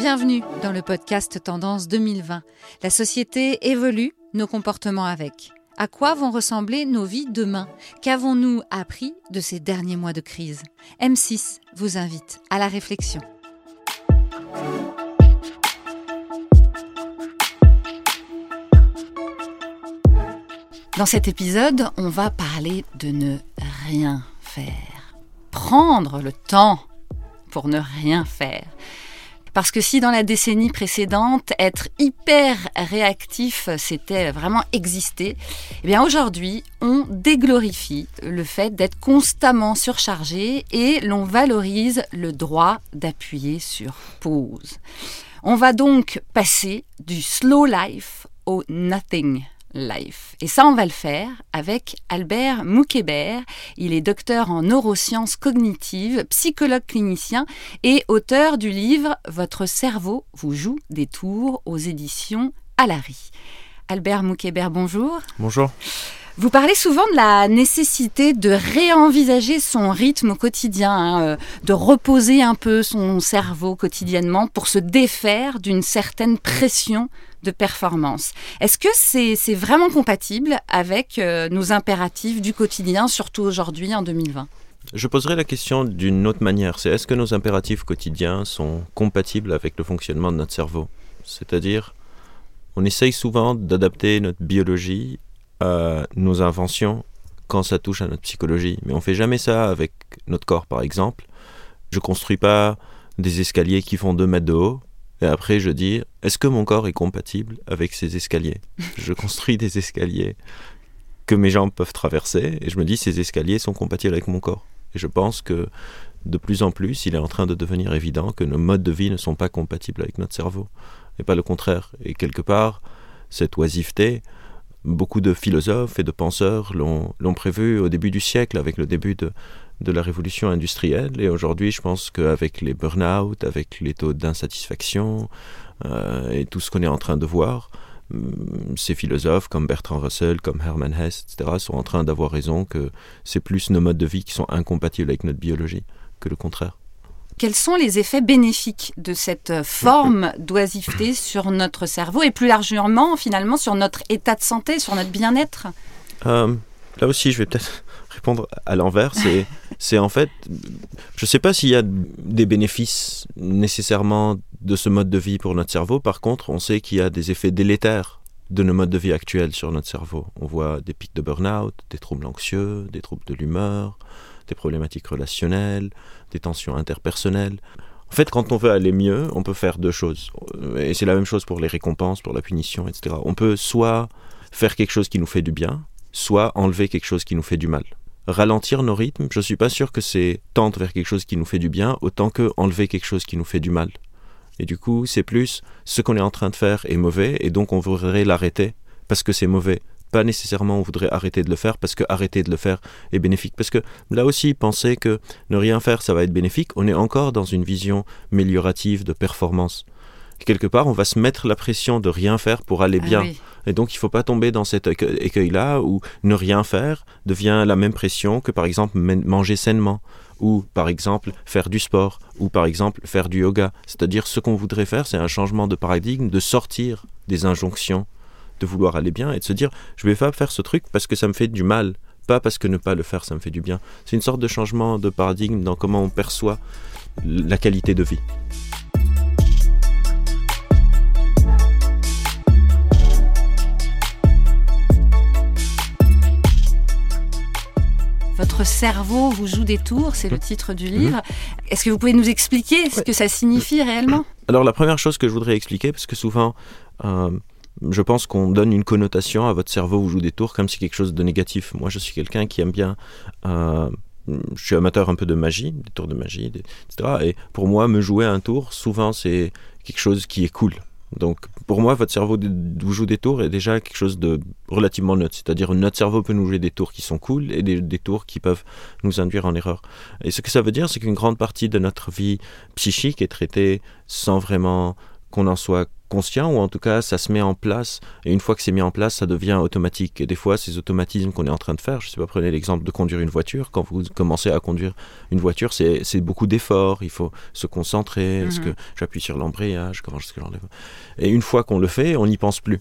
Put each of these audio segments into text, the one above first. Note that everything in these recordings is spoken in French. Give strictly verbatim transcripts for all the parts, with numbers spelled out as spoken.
Bienvenue dans le podcast Tendance deux mille vingt. La société évolue, nos comportements avec. À quoi vont ressembler nos vies demain ? Qu'avons-nous appris de ces derniers mois de crise ? M six vous invite à la réflexion. Dans cet épisode, on va parler de ne rien faire. Prendre le temps pour ne rien faire. Parce que si dans la décennie précédente, être hyper réactif, c'était vraiment exister, eh bien aujourd'hui, on déglorifie le fait d'être constamment surchargé et l'on valorise le droit d'appuyer sur pause. On va donc passer du slow life au nothing life. Et ça, on va le faire avec Albert Moukébert. Il est docteur en neurosciences cognitives, psychologue clinicien et auteur du livre « Votre cerveau vous joue des tours » aux éditions Alary. Albert Moukébert, bonjour. Bonjour. Vous parlez souvent de la nécessité de réenvisager son rythme au quotidien, hein, de reposer un peu son cerveau quotidiennement pour se défaire d'une certaine pression de performance. Est-ce que c'est, c'est vraiment compatible avec euh, nos impératifs du quotidien, surtout aujourd'hui en deux mille vingt ? Je poserai la question d'une autre manière. C'est est-ce que nos impératifs quotidiens sont compatibles avec le fonctionnement de notre cerveau ? C'est-à-dire, on essaye souvent d'adapter notre biologie à nos inventions quand ça touche à notre psychologie. Mais on ne fait jamais ça avec notre corps, par exemple. Je ne construis pas des escaliers qui font deux mètres de haut. Et après, je dis, est-ce que mon corps est compatible avec ces escaliers ? Je construis des escaliers que mes jambes peuvent traverser et je me dis, ces escaliers sont compatibles avec mon corps. Et je pense que de plus en plus, il est en train de devenir évident que nos modes de vie ne sont pas compatibles avec notre cerveau. Et pas le contraire. Et quelque part, cette oisiveté, beaucoup de philosophes et de penseurs l'ont, l'ont prévu au début du siècle, avec le début de, de la révolution industrielle. Et aujourd'hui, je pense qu'avec les burn-out, avec les taux d'insatisfaction euh, et tout ce qu'on est en train de voir, ces philosophes comme Bertrand Russell, comme Hermann Hesse, et cetera, sont en train d'avoir raison que c'est plus nos modes de vie qui sont incompatibles avec notre biologie que le contraire. Quels sont les effets bénéfiques de cette forme d'oisiveté sur notre cerveau et plus largement, finalement, sur notre état de santé, sur notre bien-être ? euh, Là aussi, je vais peut-être répondre à l'envers. C'est, c'est en fait, je ne sais pas s'il y a des bénéfices nécessairement de ce mode de vie pour notre cerveau. Par contre, on sait qu'il y a des effets délétères de nos modes de vie actuels sur notre cerveau. On voit des pics de burn-out, des troubles anxieux, des troubles de l'humeur, des problématiques relationnelles, des tensions interpersonnelles. En fait, quand on veut aller mieux, on peut faire deux choses. Et c'est la même chose pour les récompenses, pour la punition, et cetera. On peut soit faire quelque chose qui nous fait du bien, soit enlever quelque chose qui nous fait du mal. Ralentir nos rythmes, je ne suis pas sûr que c'est tendre vers quelque chose qui nous fait du bien, autant que enlever quelque chose qui nous fait du mal. Et du coup, c'est plus ce qu'on est en train de faire est mauvais, et donc on voudrait l'arrêter parce que c'est mauvais. Pas nécessairement on voudrait arrêter de le faire parce que arrêter de le faire est bénéfique. Parce que là aussi, penser que ne rien faire, ça va être bénéfique, on est encore dans une vision améliorative de performance. Et quelque part, on va se mettre la pression de rien faire pour aller bien. Ah oui. Et donc, il ne faut pas tomber dans cet écueil-là où ne rien faire devient la même pression que, par exemple, manger sainement, ou, par exemple, faire du sport, ou, par exemple, faire du yoga. C'est-à-dire, ce qu'on voudrait faire, c'est un changement de paradigme, de sortir des injonctions de vouloir aller bien et de se dire je vais pas faire ce truc parce que ça me fait du mal, pas parce que ne pas le faire ça me fait du bien. C'est une sorte de changement de paradigme dans comment on perçoit la qualité de vie. Votre cerveau vous joue des tours, c'est le titre du livre. Mmh. Est-ce que vous pouvez nous expliquer ce ouais. que ça signifie réellement ? Alors la première chose que je voudrais expliquer, parce que souvent euh, je pense qu'on donne une connotation à votre cerveau vous joue des tours comme si quelque chose de négatif. Moi, je suis quelqu'un qui aime bien... Euh, je suis amateur un peu de magie, des tours de magie, des, et cetera. Et pour moi, me jouer un tour, souvent, c'est quelque chose qui est cool. Donc, pour moi, votre cerveau vous joue des tours est déjà quelque chose de relativement neutre. C'est-à-dire, notre cerveau peut nous jouer des tours qui sont cool et des, des tours qui peuvent nous induire en erreur. Et ce que ça veut dire, c'est qu'une grande partie de notre vie psychique est traitée sans vraiment qu'on en soit conscient, ou en tout cas ça se met en place, et une fois que c'est mis en place, ça devient automatique. Et des fois, ces automatismes qu'on est en train de faire, je ne sais pas, prenez l'exemple de conduire une voiture. Quand vous commencez à conduire une voiture, c'est, c'est beaucoup d'efforts, il faut se concentrer, mm-hmm. est-ce que j'appuie sur l'embrayage, comment est-ce que j'enlève. Et une fois qu'on le fait, on n'y pense plus.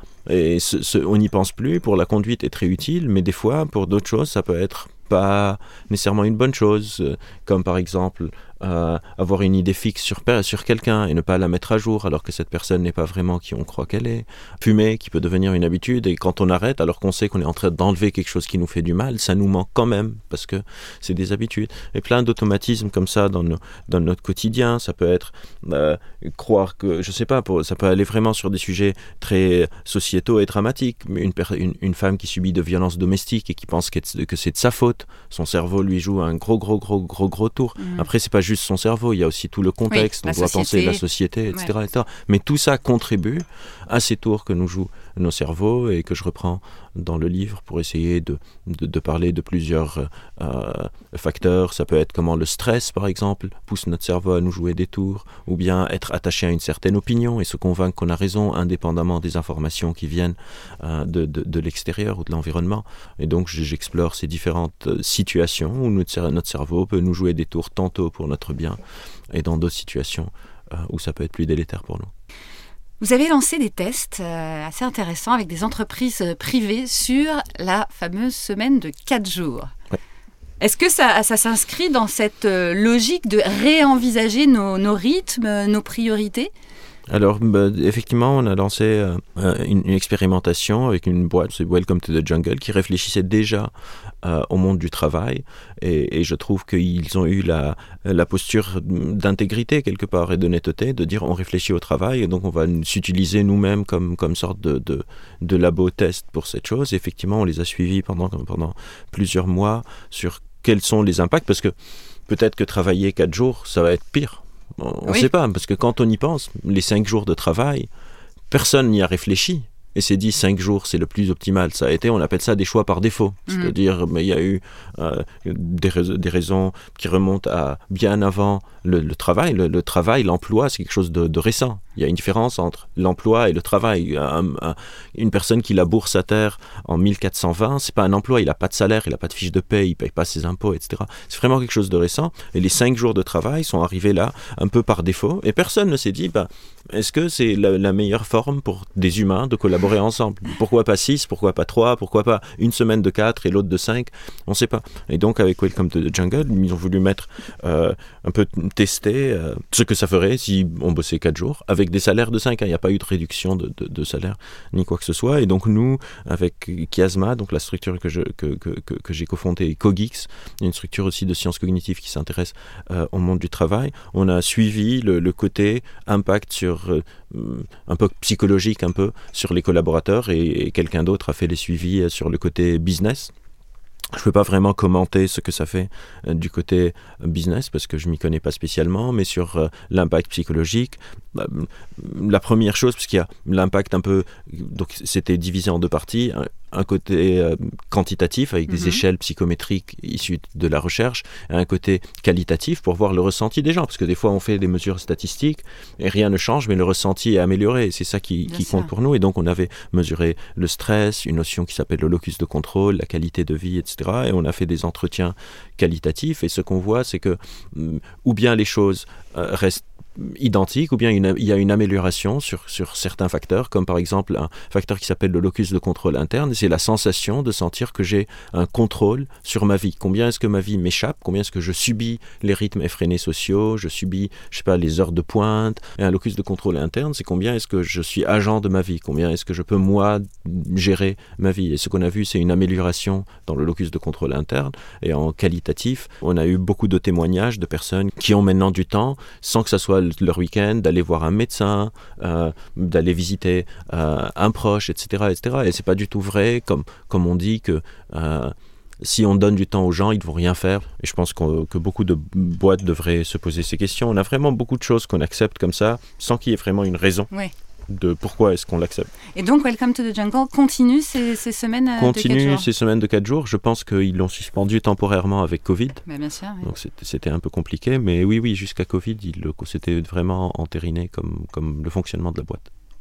Et ce, ce, on n'y pense plus, pour la conduite est très utile, mais des fois, pour d'autres choses, ça peut être pas nécessairement une bonne chose, euh, comme par exemple euh, avoir une idée fixe sur, sur quelqu'un et ne pas la mettre à jour alors que cette personne n'est pas vraiment qui on croit qu'elle est. Fumer qui peut devenir une habitude, et quand on arrête alors qu'on sait qu'on est en train d'enlever quelque chose qui nous fait du mal, ça nous manque quand même parce que c'est des habitudes. Et plein d'automatismes comme ça dans, nos, dans notre quotidien. Ça peut être euh, croire que, je sais pas, pour, ça peut aller vraiment sur des sujets très sociétaux et dramatiques. Une, une, une femme qui subit de violences domestiques et qui pense que c'est de sa faute, son cerveau lui joue un gros gros gros gros gros tour. Mmh. Après, c'est pas juste son cerveau, il y a aussi tout le contexte, oui, on doit penser la société, et cetera, ouais. et cetera. Mais tout ça contribue à ces tours que nous jouent nos cerveaux et que je reprends dans le livre pour essayer de, de, de parler de plusieurs euh, facteurs. Ça peut être comment le stress, par exemple, pousse notre cerveau à nous jouer des tours, ou bien être attaché à une certaine opinion et se convaincre qu'on a raison indépendamment des informations qui viennent euh, de, de, de l'extérieur ou de l'environnement. Et donc j'explore ces différentes situations où notre, notre cerveau peut nous jouer des tours tantôt pour notre bien et dans d'autres situations euh, où ça peut être plus délétère pour nous. Vous avez lancé des tests euh, assez intéressants avec des entreprises euh, privées sur la fameuse semaine de quatre jours. Ouais. Est-ce que ça, ça s'inscrit dans cette euh, logique de réenvisager nos, nos rythmes, nos priorités ? Alors, bah, effectivement, on a lancé euh, une, une expérimentation avec une boîte, c'est Welcome to the Jungle, qui réfléchissait déjà euh, au monde du travail. Et, et je trouve qu'ils ont eu la, la posture d'intégrité, quelque part, et d'honnêteté, de dire on réfléchit au travail, et donc on va s'utiliser nous-mêmes comme, comme sorte de, de, de labo-test pour cette chose. Et effectivement, on les a suivis pendant, pendant plusieurs mois sur quels sont les impacts, parce que peut-être que travailler quatre jours, ça va être pire. On ne oui. sait pas, parce que quand on y pense, les cinq jours de travail, personne n'y a réfléchi et s'est dit cinq jours, c'est le plus optimal. Ça a été, on appelle ça des choix par défaut. Mmh. C'est-à-dire, mais il y a eu euh, des, rais- des raisons qui remontent à bien avant le, le travail. Le, le travail, l'emploi, c'est quelque chose de, de récent. Il y a une différence entre l'emploi et le travail. Un, un, une personne qui laboure sa terre en mille quatre cent vingt, c'est pas un emploi, il n'a pas de salaire, il n'a pas de fiche de paie, il ne paye pas ses impôts, et cetera. C'est vraiment quelque chose de récent. Et les cinq jours de travail sont arrivés là, un peu par défaut. Et personne ne s'est dit, bah, est-ce que c'est la, la meilleure forme pour des humains de collaborer ensemble ? Pourquoi pas six ? Pourquoi pas trois ? Pourquoi pas une semaine de quatre et l'autre de cinq ? On ne sait pas. Et donc, avec Welcome to the Jungle, ils ont voulu mettre euh, un peu tester euh, ce que ça ferait si on bossait quatre jours, avec des salaires de cinq. Il n'y a pas eu de réduction de, de, de salaire, ni quoi que ce soit. Et donc, nous, avec Chiasma, donc la structure que, je, que, que, que, que j'ai cofondée, Cogix, une structure aussi de sciences cognitives qui s'intéresse euh, au monde du travail, on a suivi le, le côté impact sur, euh, un peu psychologique, un peu, sur les collaborateurs, et, et quelqu'un d'autre a fait les suivis sur le côté business. Je ne peux pas vraiment commenter ce que ça fait euh, du côté business parce que je ne m'y connais pas spécialement, mais sur euh, l'impact psychologique, bah, la première chose, parce qu'il y a l'impact un peu, donc c'était divisé en deux parties, un, un côté euh, quantitatif avec des mm-hmm. échelles psychométriques issues de la recherche, et un côté qualitatif pour voir le ressenti des gens, parce que des fois on fait des mesures statistiques et rien ne change, mais le ressenti est amélioré, et c'est ça qui, qui compte pour nous. Et donc on avait mesuré le stress, une notion qui s'appelle le locus de contrôle, la qualité de vie, et cetera. Et on a fait des entretiens qualitatifs, et ce qu'on voit, c'est que ou bien les choses euh, restent identique, ou bien une, il y a une amélioration sur, sur certains facteurs, comme par exemple un facteur qui s'appelle le locus de contrôle interne, et c'est la sensation de sentir que j'ai un contrôle sur ma vie. Combien est-ce que ma vie m'échappe ? Combien est-ce que je subis les rythmes effrénés sociaux ? Je subis, je sais pas, les heures de pointe. Et un locus de contrôle interne, c'est combien est-ce que je suis agent de ma vie ? Combien est-ce que je peux, moi, gérer ma vie ? Et ce qu'on a vu, c'est une amélioration dans le locus de contrôle interne. Et en qualitatif, on a eu beaucoup de témoignages de personnes qui ont maintenant du temps, sans que ça soit leur week-end, d'aller voir un médecin, euh, d'aller visiter euh, un proche, et cetera, et cetera. Et c'est pas du tout vrai, comme, comme on dit que euh, si on donne du temps aux gens, ils ne vont rien faire. Et je pense qu'on, que beaucoup de boîtes devraient se poser ces questions. On a vraiment beaucoup de choses qu'on accepte comme ça, sans qu'il y ait vraiment une raison. Oui. De pourquoi est-ce qu'on l'accepte. Et donc, Welcome to the Jungle continue ces, ces semaines de quatre jours. Continue ces semaines de quatre jours. Je pense qu'ils l'ont suspendu temporairement avec Covid. Mais bien sûr, oui. Donc, c'était, c'était un peu compliqué. Mais oui, oui, jusqu'à Covid, il, c'était vraiment entériné comme, comme le fonctionnement de la boîte.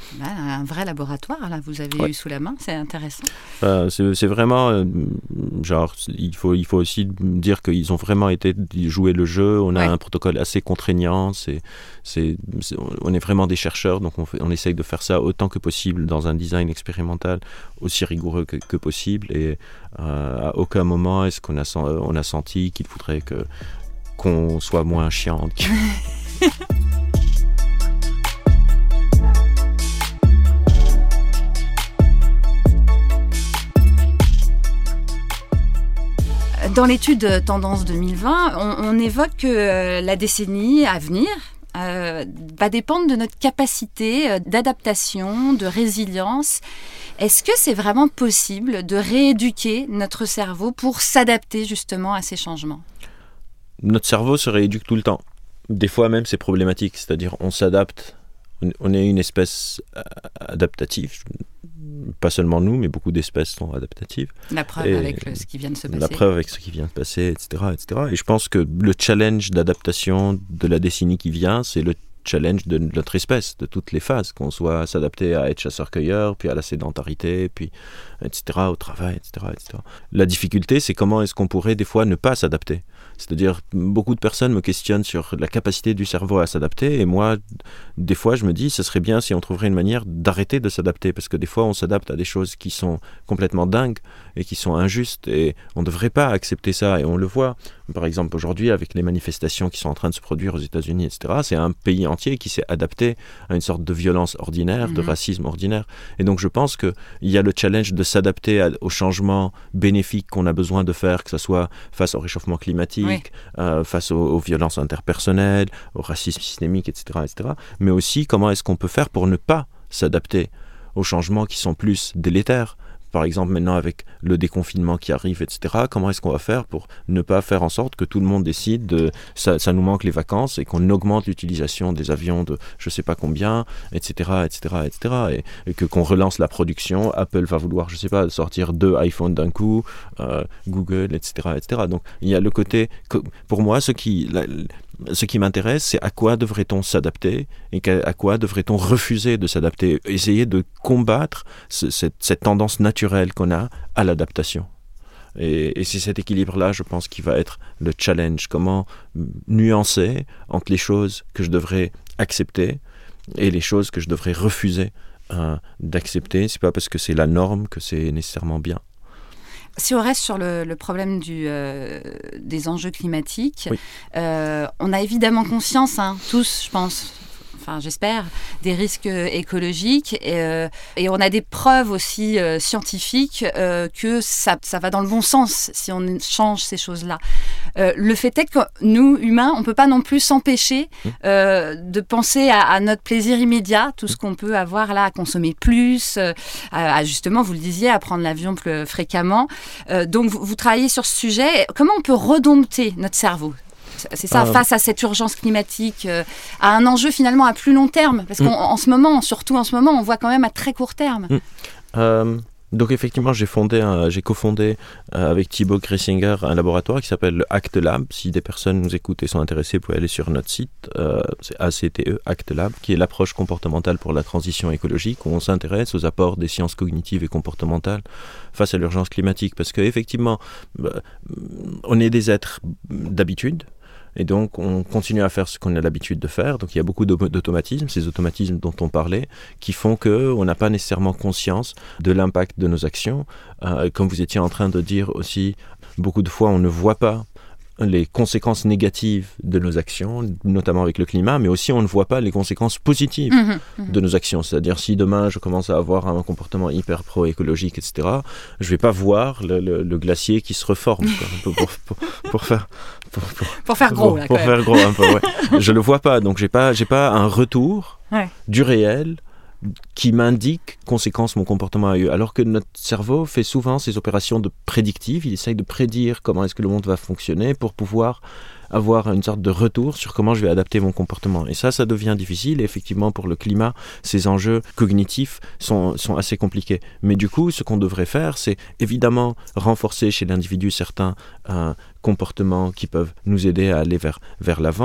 Voilà, un vrai laboratoire, là, vous avez Ouais. eu sous la main, c'est intéressant. Euh, c'est, c'est vraiment, euh, genre, il faut, il faut aussi dire qu'ils ont vraiment été jouer le jeu. On a Ouais. un protocole assez contraignant. C'est, c'est, c'est- on est vraiment des chercheurs, donc on, fait, on essaye de faire ça autant que possible dans un design expérimental aussi rigoureux que, que possible. Et euh, à aucun moment est-ce qu'on a, sen- on a senti qu'il faudrait que, qu'on soit moins chiante. Dans l'étude Tendance deux mille vingt, on, on évoque que euh, la décennie à venir euh, va dépendre de notre capacité euh, d'adaptation, de résilience. Est-ce que c'est vraiment possible de rééduquer notre cerveau pour s'adapter justement à ces changements ? Notre cerveau se rééduque tout le temps. Des fois même, c'est problématique. C'est-à-dire, on s'adapte. On- On est une espèce euh, adaptative. Pas seulement nous, mais beaucoup d'espèces sont adaptatives. La preuve Et avec le- ce qui vient de se passer. La preuve avec ce qui vient de passer, et cetera, et cetera. Et je pense que le challenge d'adaptation de la décennie qui vient, c'est le challenge de notre espèce, de toutes les phases, qu'on soit s'adapter à être chasseur-cueilleur, puis à la sédentarité, puis et cetera, au travail, et cetera, et cetera. La difficulté, c'est comment est-ce qu'on pourrait des fois ne pas s'adapter. C'est-à-dire, beaucoup de personnes me questionnent sur la capacité du cerveau à s'adapter, et moi, des fois, je me dis, ce serait bien si on trouverait une manière d'arrêter de s'adapter, parce que des fois, on s'adapte à des choses qui sont complètement dingues et qui sont injustes, et on ne devrait pas accepter ça, et on le voit. Par exemple, aujourd'hui, avec les manifestations qui sont en train de se produire aux États-Unis, et cetera, c'est un pays entier qui s'est adapté à une sorte de violence ordinaire, de Mhm. racisme ordinaire. Et donc, je pense qu'il y a le challenge de s'adapter à- aux changements bénéfiques qu'on a besoin de faire, que ce soit face au réchauffement climatique, Oui. euh, face aux, aux violences interpersonnelles, au racisme systémique, et cetera, et cetera. Mais aussi, comment est-ce qu'on peut faire pour ne pas s'adapter aux changements qui sont plus délétères. Par exemple, maintenant, avec le déconfinement qui arrive, et cetera, comment est-ce qu'on va faire pour ne pas faire en sorte que tout le monde décide de ça, ça nous manque les vacances et qu'on augmente l'utilisation des avions de je ne sais pas combien, et cetera, et cetera, et cetera, et, et que qu'on relance la production. Apple va vouloir, je ne sais pas, sortir deux iPhones d'un coup, euh, Google, et cetera, et cetera. Donc, il y a le côté, que, pour moi, ce qui la, ce qui m'intéresse, c'est à quoi devrait-on s'adapter et à quoi devrait-on refuser de s'adapter. Essayer de combattre ce, cette, cette tendance naturelle qu'on a à l'adaptation. Et, et c'est cet équilibre-là, je pense, qui va être le challenge. Comment nuancer entre les choses que je devrais accepter et les choses que je devrais refuser euh, d'accepter. C'est pas parce que c'est la norme que c'est nécessairement bien. Si on reste sur le, le problème du, euh, des enjeux climatiques, Oui. euh, on a évidemment conscience, hein, tous, je pense, enfin j'espère, des risques écologiques et, euh, et on a des preuves aussi euh, scientifiques euh, que ça, ça va dans le bon sens si on change ces choses-là. Euh, le fait est que nous, humains, on ne peut pas non plus s'empêcher euh, de penser à, à notre plaisir immédiat, tout ce qu'on peut avoir là, à consommer plus, euh, à, à justement, vous le disiez, à prendre l'avion plus fréquemment. Euh, donc, vous, vous travaillez sur ce sujet. Comment on peut redompter notre cerveau ? C'est ça, euh... face à cette urgence climatique, euh, à un enjeu finalement à plus long terme. Parce qu'en mm. ce moment, surtout en ce moment, on voit quand même à très court terme. Mm. Euh... Donc effectivement, j'ai fondé, un, j'ai cofondé euh, avec Thibaut Gressinger un laboratoire qui s'appelle le ACT Lab. Si des personnes nous écoutent et sont intéressées, vous pouvez aller sur notre site, euh, c'est A C T E, ACT Lab, qui est l'approche comportementale pour la transition écologique, où on s'intéresse aux apports des sciences cognitives et comportementales face à l'urgence climatique. Parce qu'effectivement, bah, on est des êtres d'habitude. Et donc, on continue à faire ce qu'on a l'habitude de faire. Donc, il y a beaucoup d'automatismes, ces automatismes dont on parlait, qui font qu'on n'a pas nécessairement conscience de l'impact de nos actions. Euh, comme vous étiez en train de dire aussi, beaucoup de fois, on ne voit pas les conséquences négatives de nos actions, notamment avec le climat, mais aussi on ne voit pas les conséquences positives mmh, mmh. de nos actions. C'est-à-dire, si demain je commence à avoir un comportement hyper pro-écologique, et cetera, je ne vais pas voir le, le, le glacier qui se reforme quoi, pour, pour, pour faire... Pour, pour, pour faire gros, pour, là, pour quand faire même. gros un peu, ouais. Je le vois pas, donc j'ai pas, j'ai pas un retour ouais. du réel qui m'indique conséquence mon comportement a eu. Alors que notre cerveau fait souvent ces opérations de prédictives, il essaye de prédire comment est-ce que le monde va fonctionner pour pouvoir avoir une sorte de retour sur comment je vais adapter mon comportement. Et ça, ça devient difficile. Et effectivement, pour le climat, ces enjeux cognitifs sont, sont assez compliqués. Mais du coup, ce qu'on devrait faire, c'est évidemment renforcer chez l'individu certains euh, comportements qui peuvent nous aider à aller vers, vers l'avant.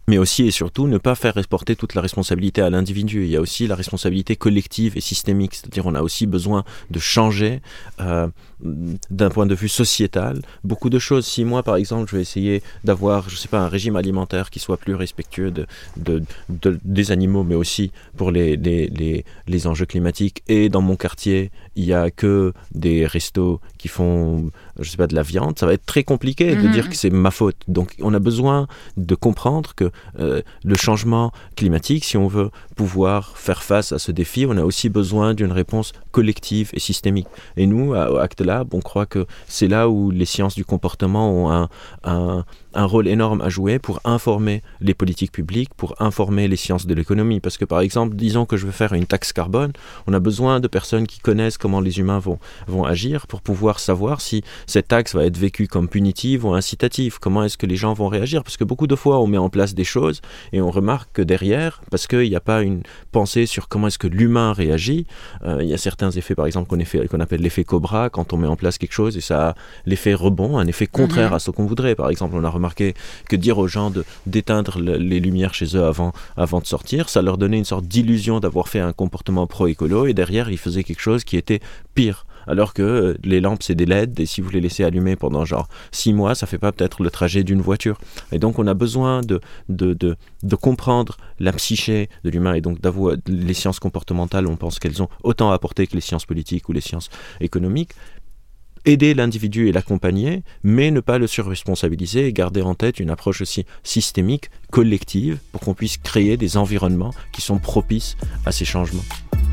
Mais aussi et surtout, ne pas faire reporter toute la responsabilité à l'individu. Il y a aussi la responsabilité collective et systémique. C'est-à-dire on a aussi besoin de changer euh, d'un point de vue sociétal beaucoup de choses. Si moi, par exemple, je vais essayer d'avoir, je sais pas, un régime alimentaire qui soit plus respectueux de, de, de, des animaux, mais aussi pour les, les, les, les enjeux climatiques, et dans mon quartier, il n'y a que des restos qui font, je sais pas, de la viande, ça va être très compliqué mmh. de dire que c'est ma faute. Donc on a besoin de comprendre que euh, le changement climatique, si on veut pouvoir faire face à ce défi, on a aussi besoin d'une réponse collective et systémique. Et nous, à, à Act Lab, on croit que c'est là où les sciences du comportement ont un, un, un rôle énorme à jouer pour informer les politiques publiques, pour informer les sciences de l'économie. Parce que par exemple, disons que je veux faire une taxe carbone, on a besoin de personnes qui connaissent comment les humains vont, vont agir pour pouvoir savoir si cette taxe va être vécue comme punitive ou incitative. Comment est-ce que les gens vont réagir? Parce que beaucoup de fois, on met en place des choses et on remarque que derrière, parce qu'il n'y a pas une pensée sur comment est-ce que l'humain réagit, euh, il y a certains effets, par exemple, qu'on, effet, qu'on appelle l'effet Cobra, quand on met en place quelque chose et ça a l'effet rebond, un effet contraire mmh. à ce qu'on voudrait. Par exemple, on a remarqué que dire aux gens de, d'éteindre le, les lumières chez eux avant, avant de sortir, ça leur donnait une sorte d'illusion d'avoir fait un comportement pro-écolo, et derrière, ils faisaient quelque chose qui était pire. Alors que les lampes, c'est des L E D, et si vous les laissez allumer pendant genre six mois, ça fait pas peut-être le trajet d'une voiture. Et donc, on a besoin de, de, de, de comprendre la psyché de l'humain, et donc d'avoir les sciences comportementales, on pense qu'elles ont autant à apporter que les sciences politiques ou les sciences économiques. Aider l'individu et l'accompagner, mais ne pas le surresponsabiliser, et garder en tête une approche aussi systémique, collective, pour qu'on puisse créer des environnements qui sont propices à ces changements.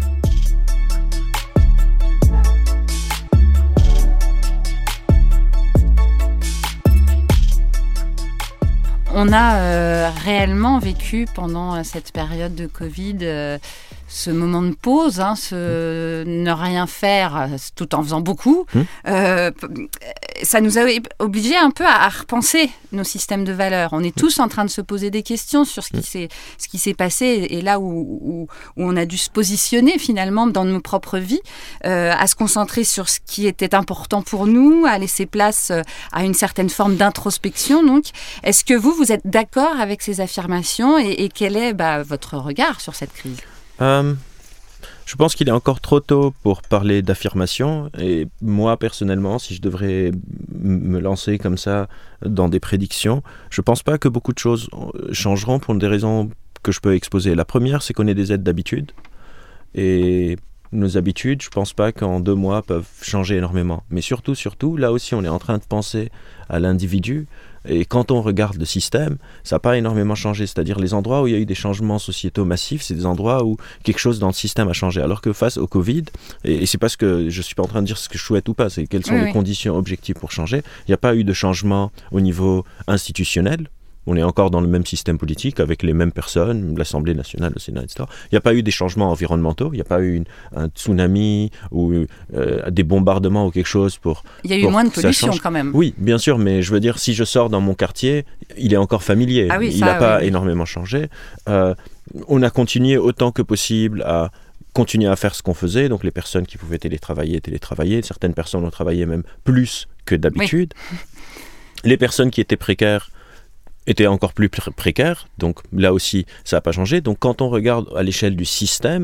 On a euh, réellement vécu pendant cette période de Covid euh, ce moment de pause, hein, ce mmh. ne rien faire tout en faisant beaucoup. Mmh. Euh, ça nous a obligés un peu à, à repenser nos systèmes de valeurs. On est tous en train de se poser des questions sur ce qui, mmh. s'est, ce qui s'est passé, et là où, où, où on a dû se positionner finalement dans nos propres vies, euh, à se concentrer sur ce qui était important pour nous, à laisser place à une certaine forme d'introspection. Donc, est-ce que vous, vous êtes d'accord avec ces affirmations, et, et quel est bah, votre regard sur cette crise ? Euh, je pense qu'il est encore trop tôt pour parler d'affirmation, et moi personnellement, si je devrais m- me lancer comme ça dans des prédictions, je ne pense pas que beaucoup de choses changeront pour des raisons que je peux exposer. La première, c'est qu'on est des êtres d'habitude, et nos habitudes, je ne pense pas qu'en deux mois peuvent changer énormément. Mais surtout, surtout, là aussi, on est en train de penser à l'individu. Et quand on regarde le système, ça n'a pas énormément changé. C'est-à-dire les endroits où il y a eu des changements sociétaux massifs, c'est des endroits où quelque chose dans le système a changé. Alors que face au Covid, et, et c'est parce que je ne suis pas en train de dire ce que je souhaite ou pas, c'est quelles sont oui, les oui. conditions objectives pour changer. Il n'y a pas eu de changement au niveau institutionnel. On est encore dans le même système politique, avec les mêmes personnes, l'Assemblée nationale, le Sénat, et cetera. Il n'y a pas eu des changements environnementaux, il n'y a pas eu une, un tsunami ou euh, des bombardements ou quelque chose pour... Il y a eu moins de pollution quand même. Oui, bien sûr, mais je veux dire, si je sors dans mon quartier, il est encore familier. Ah oui, il n'a pas oui. énormément changé. Euh, on a continué autant que possible à continuer à faire ce qu'on faisait, donc les personnes qui pouvaient télétravailler, télétravailler. Certaines personnes ont travaillé même plus que d'habitude. Oui. Les personnes qui étaient précaires était encore plus pr- précaire, donc là aussi ça n'a pas changé. Donc quand on regarde à l'échelle du système,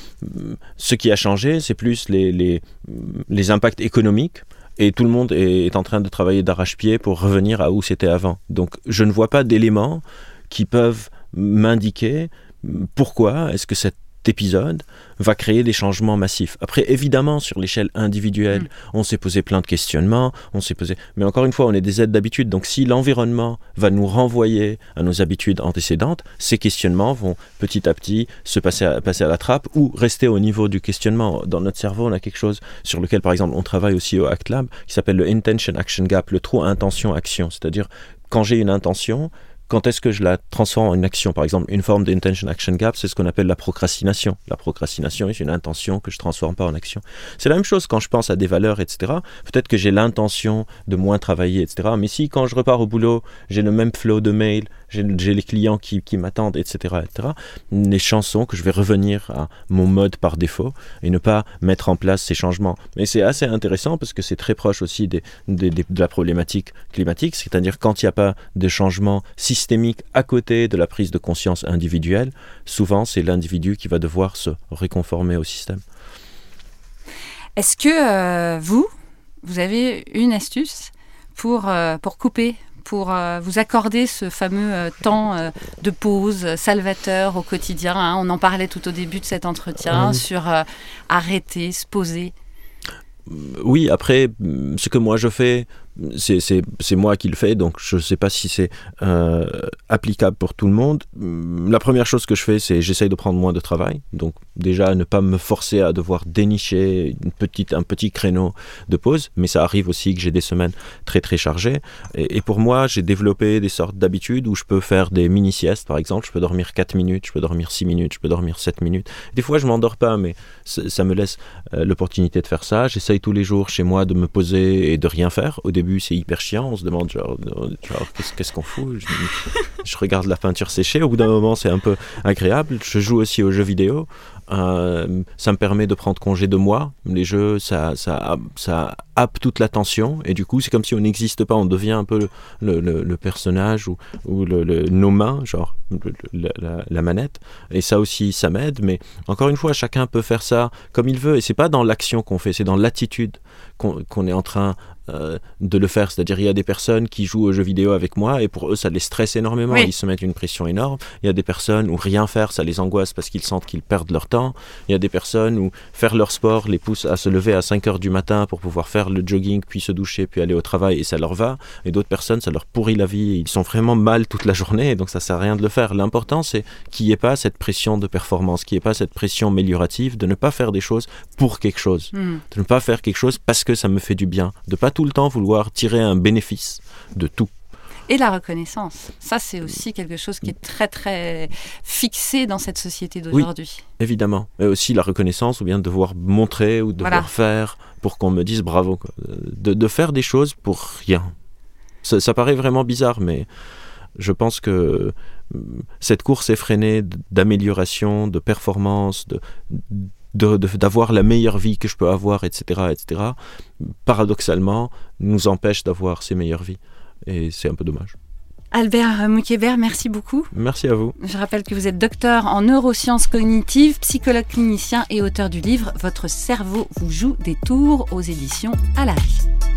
ce qui a changé, c'est plus les, les, les impacts économiques, et tout le monde est, est en train de travailler d'arrache-pied pour revenir à où c'était avant. Donc je ne vois pas d'éléments qui peuvent m'indiquer pourquoi est-ce que cet épisode va créer des changements massifs. Après, évidemment, sur l'échelle individuelle, mmh. on s'est posé plein de questionnements, on s'est posé... mais encore une fois, on est des êtres d'habitude, donc si l'environnement va nous renvoyer à nos habitudes antécédentes, ces questionnements vont petit à petit se passer à, passer à la trappe ou rester au niveau du questionnement. Dans notre cerveau, on a quelque chose sur lequel, par exemple, on travaille aussi au Act Lab, qui s'appelle le Intention Action Gap, le trou intention-action, c'est-à-dire quand j'ai une intention, quand est-ce que je la transforme en une action? Par exemple, une forme d'intention action gap, c'est ce qu'on appelle la procrastination. La procrastination est une intention que je ne transforme pas en action. C'est la même chose quand je pense à des valeurs, et cetera. Peut-être que j'ai l'intention de moins travailler, et cetera. Mais si quand je repars au boulot, j'ai le même flow de mail, j'ai, j'ai les clients qui, qui m'attendent, et cetera, et cetera, les chances sont que je vais revenir à mon mode par défaut et ne pas mettre en place ces changements. Mais c'est assez intéressant parce que c'est très proche aussi des, des, des, de la problématique climatique, c'est-à-dire quand il n'y a pas de changement systémique systémique à côté de la prise de conscience individuelle, souvent c'est l'individu qui va devoir se réconformer au système. Est-ce que euh, vous, vous avez une astuce pour, euh, pour couper, pour euh, vous accorder ce fameux euh, temps euh, de pause salvateur au quotidien, hein? On en parlait tout au début de cet entretien euh... sur euh, arrêter, se poser. Oui, après, ce que moi je fais, c'est, c'est, c'est moi qui le fais, donc je ne sais pas si c'est euh, applicable pour tout le monde. La première chose que je fais, c'est j'essaye de prendre moins de travail. Donc déjà, ne pas me forcer à devoir dénicher une petite, un petit créneau de pause. Mais ça arrive aussi que j'ai des semaines très très chargées. Et, et pour moi, j'ai développé des sortes d'habitudes où je peux faire des mini-siestes, par exemple. Je peux dormir quatre minutes, je peux dormir six minutes, je peux dormir sept minutes. Des fois, je ne m'endors pas, mais ça, ça me laisse euh, l'opportunité de faire ça. J'essaye tous les jours chez moi de me poser et de rien faire. Au début, c'est hyper chiant. On se demande genre, genre qu'est-ce, qu'est-ce qu'on fout. je, je regarde la peinture sécher. Au bout d'un moment, c'est un peu agréable. Je joue aussi aux jeux vidéo. Euh, ça me permet de prendre congé de moi. Les jeux, ça, ça, ça happe toute l'attention. Et du coup, c'est comme si on n'existe pas. On devient un peu le, le, le, le personnage ou, ou le, le, nos mains, genre le, la, la manette. Et ça aussi, ça m'aide. Mais encore une fois, chacun peut faire ça comme il veut. Et c'est pas dans l'action qu'on fait, c'est dans l'attitude qu'on, qu'on est en train euh, de le faire. C'est-à-dire, il y a des personnes qui jouent aux jeux vidéo avec moi et pour eux, ça les stresse énormément. Oui. Ils se mettent une pression énorme. Il y a des personnes où rien faire, ça les angoisse parce qu'ils sentent qu'ils perdent leur temps. Il y a des personnes où faire leur sport les pousse à se lever à cinq heures du matin pour pouvoir faire le jogging, puis se doucher, puis aller au travail et ça leur va. Et d'autres personnes, ça leur pourrit la vie. Ils sont vraiment mal toute la journée et donc ça sert à rien de le faire. L'important, c'est qu'il n'y ait pas cette pression de performance, qu'il n'y ait pas cette pression améliorative, de ne pas faire des choses pour quelque chose. Mm. De ne pas faire quelque chose parce que ça me fait du bien. De ne pas tout le temps vouloir tirer un bénéfice de tout. Et la reconnaissance, ça c'est aussi quelque chose qui est très très fixé dans cette société d'aujourd'hui. Oui, évidemment. Et aussi la reconnaissance ou bien devoir montrer ou devoir voilà. faire pour qu'on me dise bravo. Quoi. De, de faire des choses pour rien. Ça, ça paraît vraiment bizarre, mais je pense que cette course effrénée d'amélioration, de performance, de... De, de, d'avoir la meilleure vie que je peux avoir, et cetera, et cetera, paradoxalement, nous empêche d'avoir ces meilleures vies. Et c'est un peu dommage. Albert Mouquébert, merci beaucoup. Merci à vous. Je rappelle que vous êtes docteur en neurosciences cognitives, psychologue clinicien et auteur du livre « Votre cerveau vous joue des tours » aux éditions Alary.